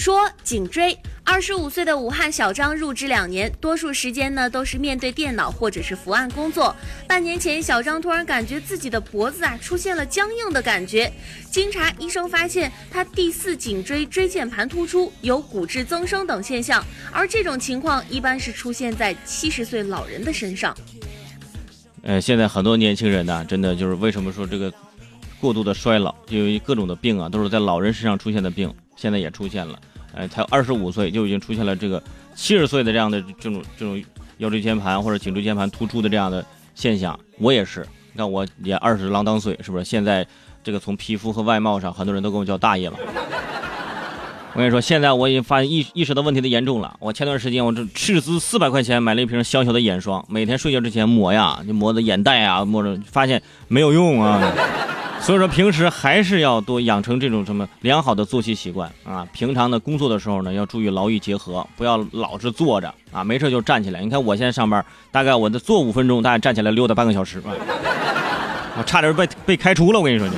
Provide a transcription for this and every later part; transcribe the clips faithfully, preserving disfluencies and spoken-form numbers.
说颈椎，二十五岁的武汉小张入职两年，多数时间呢都是面对电脑或者是伏案工作。半年前，小张突然感觉自己的脖子啊出现了僵硬的感觉，经查，医生发现他第四颈椎椎间盘突出，有骨质增生等现象，而这种情况一般是出现在七十岁老人的身上。 呃，现在很多年轻人呢，真的就是为什么说这个过度的衰老，因为各种的病啊，都是在老人身上出现的病，现在也出现了。呃，才二十五岁就已经出现了这个七十岁的这样的这种这种腰椎间盘或者颈椎间盘突出的这样的现象。我也是，你看我也二十郎当岁，是不是？现在这个从皮肤和外貌上，很多人都跟我叫大爷了。我跟你说，现在我已经发现意意识到问题的严重了。我前段时间我这斥资四百块钱买了一瓶小小的眼霜，每天睡觉之前抹呀，就抹的眼袋啊，抹着发现没有用啊。所以说平时还是要多养成这种什么良好的作息习惯啊。平常的工作的时候呢，要注意劳逸结合，不要老是坐着啊，没事就站起来。你看我现在上班，大概我的坐五分钟，大概站起来溜达半个小时吧，我差点被被开除了。我跟你说，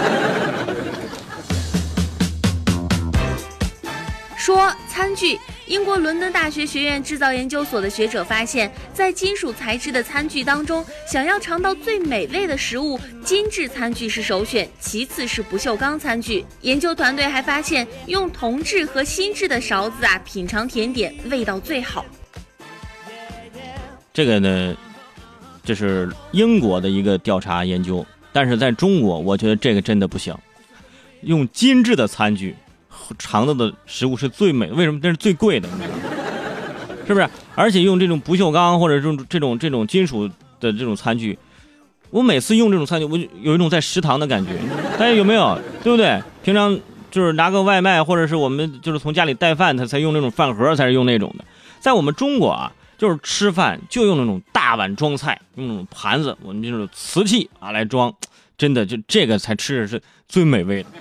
说餐具。英国伦敦大学学院制造研究所的学者发现，在金属材质的餐具当中，想要尝到最美味的食物，金质餐具是首选，其次是不锈钢餐具。研究团队还发现，用铜制和锌制的勺子啊，品尝甜点味道最好。 这个呢，这是英国的一个调查研究，但是在中国，我觉得这个真的不行。用金质的餐具尝到的食物是最美，为什么？这是最贵的，是不是？而且用这种不锈钢或者这种这种这种金属的这种餐具，我每次用这种餐具，我有一种在食堂的感觉，大家有没有？对不对？平常就是拿个外卖，或者是我们就是从家里带饭，他才用那种饭盒，才是用那种的。在我们中国啊，就是吃饭就用那种大碗装菜，用那种盘子，我们这种瓷器啊来装，真的就这个才吃的是最美味的。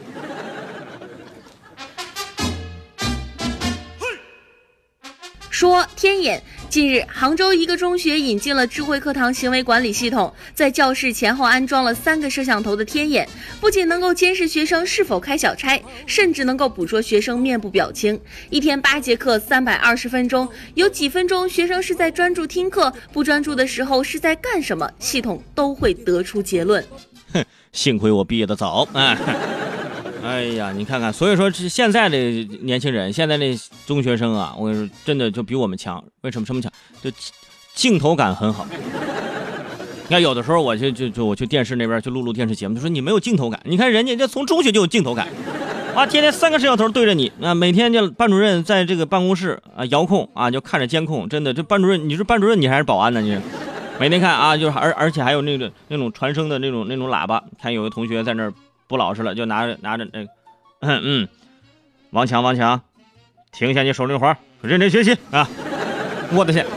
说天眼，近日杭州一个中学引进了智慧课堂行为管理系统，在教室前后安装了三个摄像头的天眼，不仅能够监视学生是否开小差，甚至能够捕捉学生面部表情。一天八节课三百二十分钟，有几分钟学生是在专注听课，不专注的时候是在干什么，系统都会得出结论。 哼，幸亏我毕业的早，哎。哎呀，你看看，所以说现在的年轻人，现在的中学生啊，我跟你说，真的就比我们强。为什么？什么强？就镜头感很好。你看，有的时候我就就就我去电视那边去录录电视节目，就说你没有镜头感。你看人家这从中学就有镜头感，啊，天天三个摄像头对着你啊，每天就班主任在这个办公室啊遥控啊，就看着监控，真的，这班主任你是班主任你还是保安呢？你是每天看啊，就是而而且还有那个那种传声的那种那种喇叭，看有个同学在那儿。不老实了，就拿着拿着那个，嗯嗯，王强王强，停下你手里的活，认真学习啊！我的天！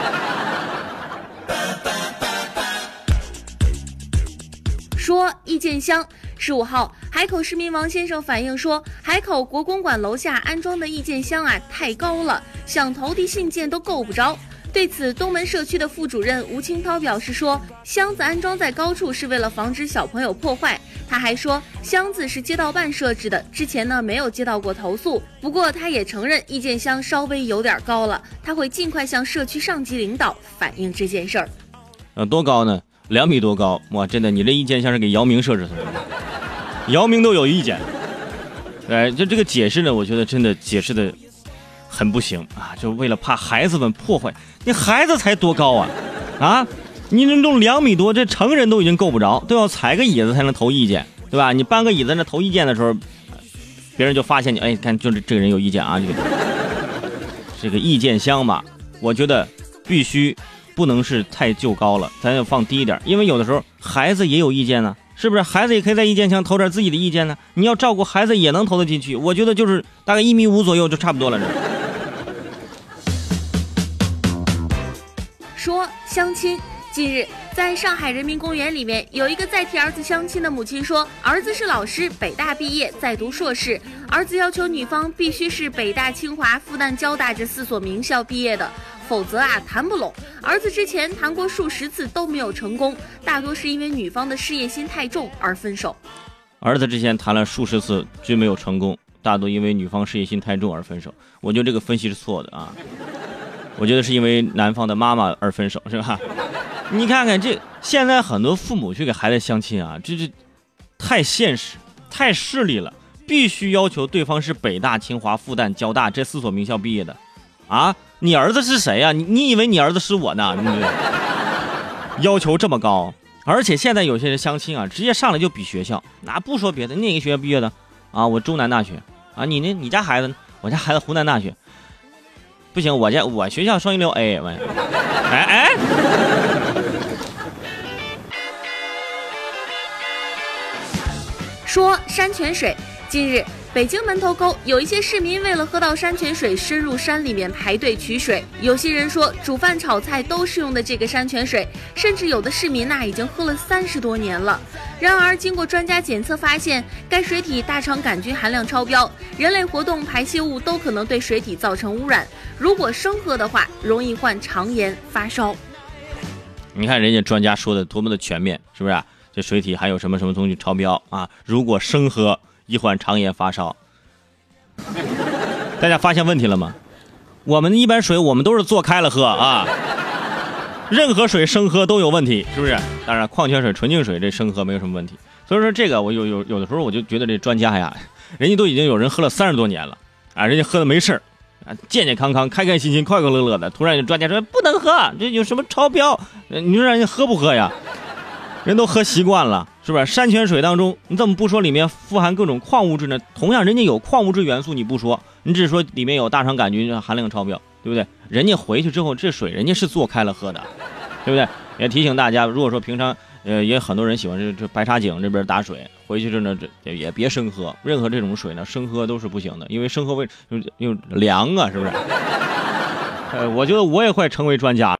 说意见箱，十五号，海口市民王先生反映说，海口国公馆楼下安装的意见箱啊太高了，想投递信件都够不着。对此，东门社区的副主任吴清涛表示说，箱子安装在高处是为了防止小朋友破坏。他还说，箱子是街道办设置的，之前呢没有接到过投诉。不过他也承认意见箱稍微有点高了，他会尽快向社区上级领导反映这件事儿。 呃，多高呢？两米多高！哇，真的，你这意见箱是给姚明设置的，姚明都有意见。哎，就这个解释呢，我觉得真的解释的很不行啊！就为了怕孩子们破坏，你孩子才多高啊？啊，你那种两米多，这成人都已经够不着，都要踩个椅子才能投意见，对吧？你搬个椅子那投意见的时候，别人就发现你，哎，看就是这个人有意见啊！这个这个意见箱嘛，我觉得必须不能是太就高了，咱要放低一点，因为有的时候孩子也有意见呢。是不是孩子也可以在意见箱投点自己的意见呢？你要照顾孩子也能投得进去，我觉得就是大概一米五左右就差不多了。 说相亲，近日在上海人民公园里面，有一个在替儿子相亲的母亲说，儿子是老师，北大毕业，在读硕士，儿子要求女方必须是北大、清华、复旦、交大这四所名校毕业的，否则啊谈不拢。儿子之前谈过数十次都没有成功，大多是因为女方的事业心太重而分手。 儿子之前谈了数十次均没有成功， 大多因为女方事业心太重而分手。我觉得这个分析是错的啊，我觉得是因为男方的妈妈而分手，是吧？你看看这现在很多父母去给孩子相亲啊，这这太现实、太势利了，必须要求对方是北大、清华、复旦、交大这四所名校毕业的啊！你儿子是谁呀、啊？你你以为你儿子是我呢？你要求这么高，而且现在有些人相亲啊，直接上来就比学校，那不说别的，哪个学校毕业的啊？我中南大学啊，你呢？你家孩子呢？我家孩子湖南大学。不行，我家我学校双一流 A， 我哎哎。 说山泉水，近日北京门头沟有一些市民为了喝到山泉水，深入山里面排队取水。有些人说煮饭炒菜都是用的这个山泉水，甚至有的市民那已经喝了三十多年了。然而经过专家检测发现，该水体大肠杆菌含量超标，人类活动、排泄物都可能对水体造成污染。如果生喝的话，容易患肠炎、发烧。 你看人家专家说的多么的全面，是不是、啊？这水体含有什么什么东西超标啊？如果生喝，易患肠炎发烧。大家发现问题了吗？我们一般水我们都是做开了喝啊，任何水生喝都有问题，是不是？当然矿泉水、纯净水这生喝没有什么问题。所以说这个我有有有的时候我就觉得这专家呀，人家都已经有人喝了三十多年了啊，人家喝的没事啊，健健康康、开开心心、快快乐乐的。突然有专家说不能喝，这有什么超标？你说让人家喝不喝呀？人都喝习惯了，是不是？山泉水当中，你怎么不说里面富含各种矿物质呢？同样，人家有矿物质元素，你不说，你只说里面有大肠杆菌含量超标，对不对？人家回去之后，这水人家是做开了喝的，对不对？也提醒大家，如果说平常呃也很多人喜欢这这白沙井这边打水，回去之后呢，这也别生喝，任何这种水呢，生喝都是不行的，因为生喝为又又凉啊，是不是？呃，我觉得我也快成为专家了。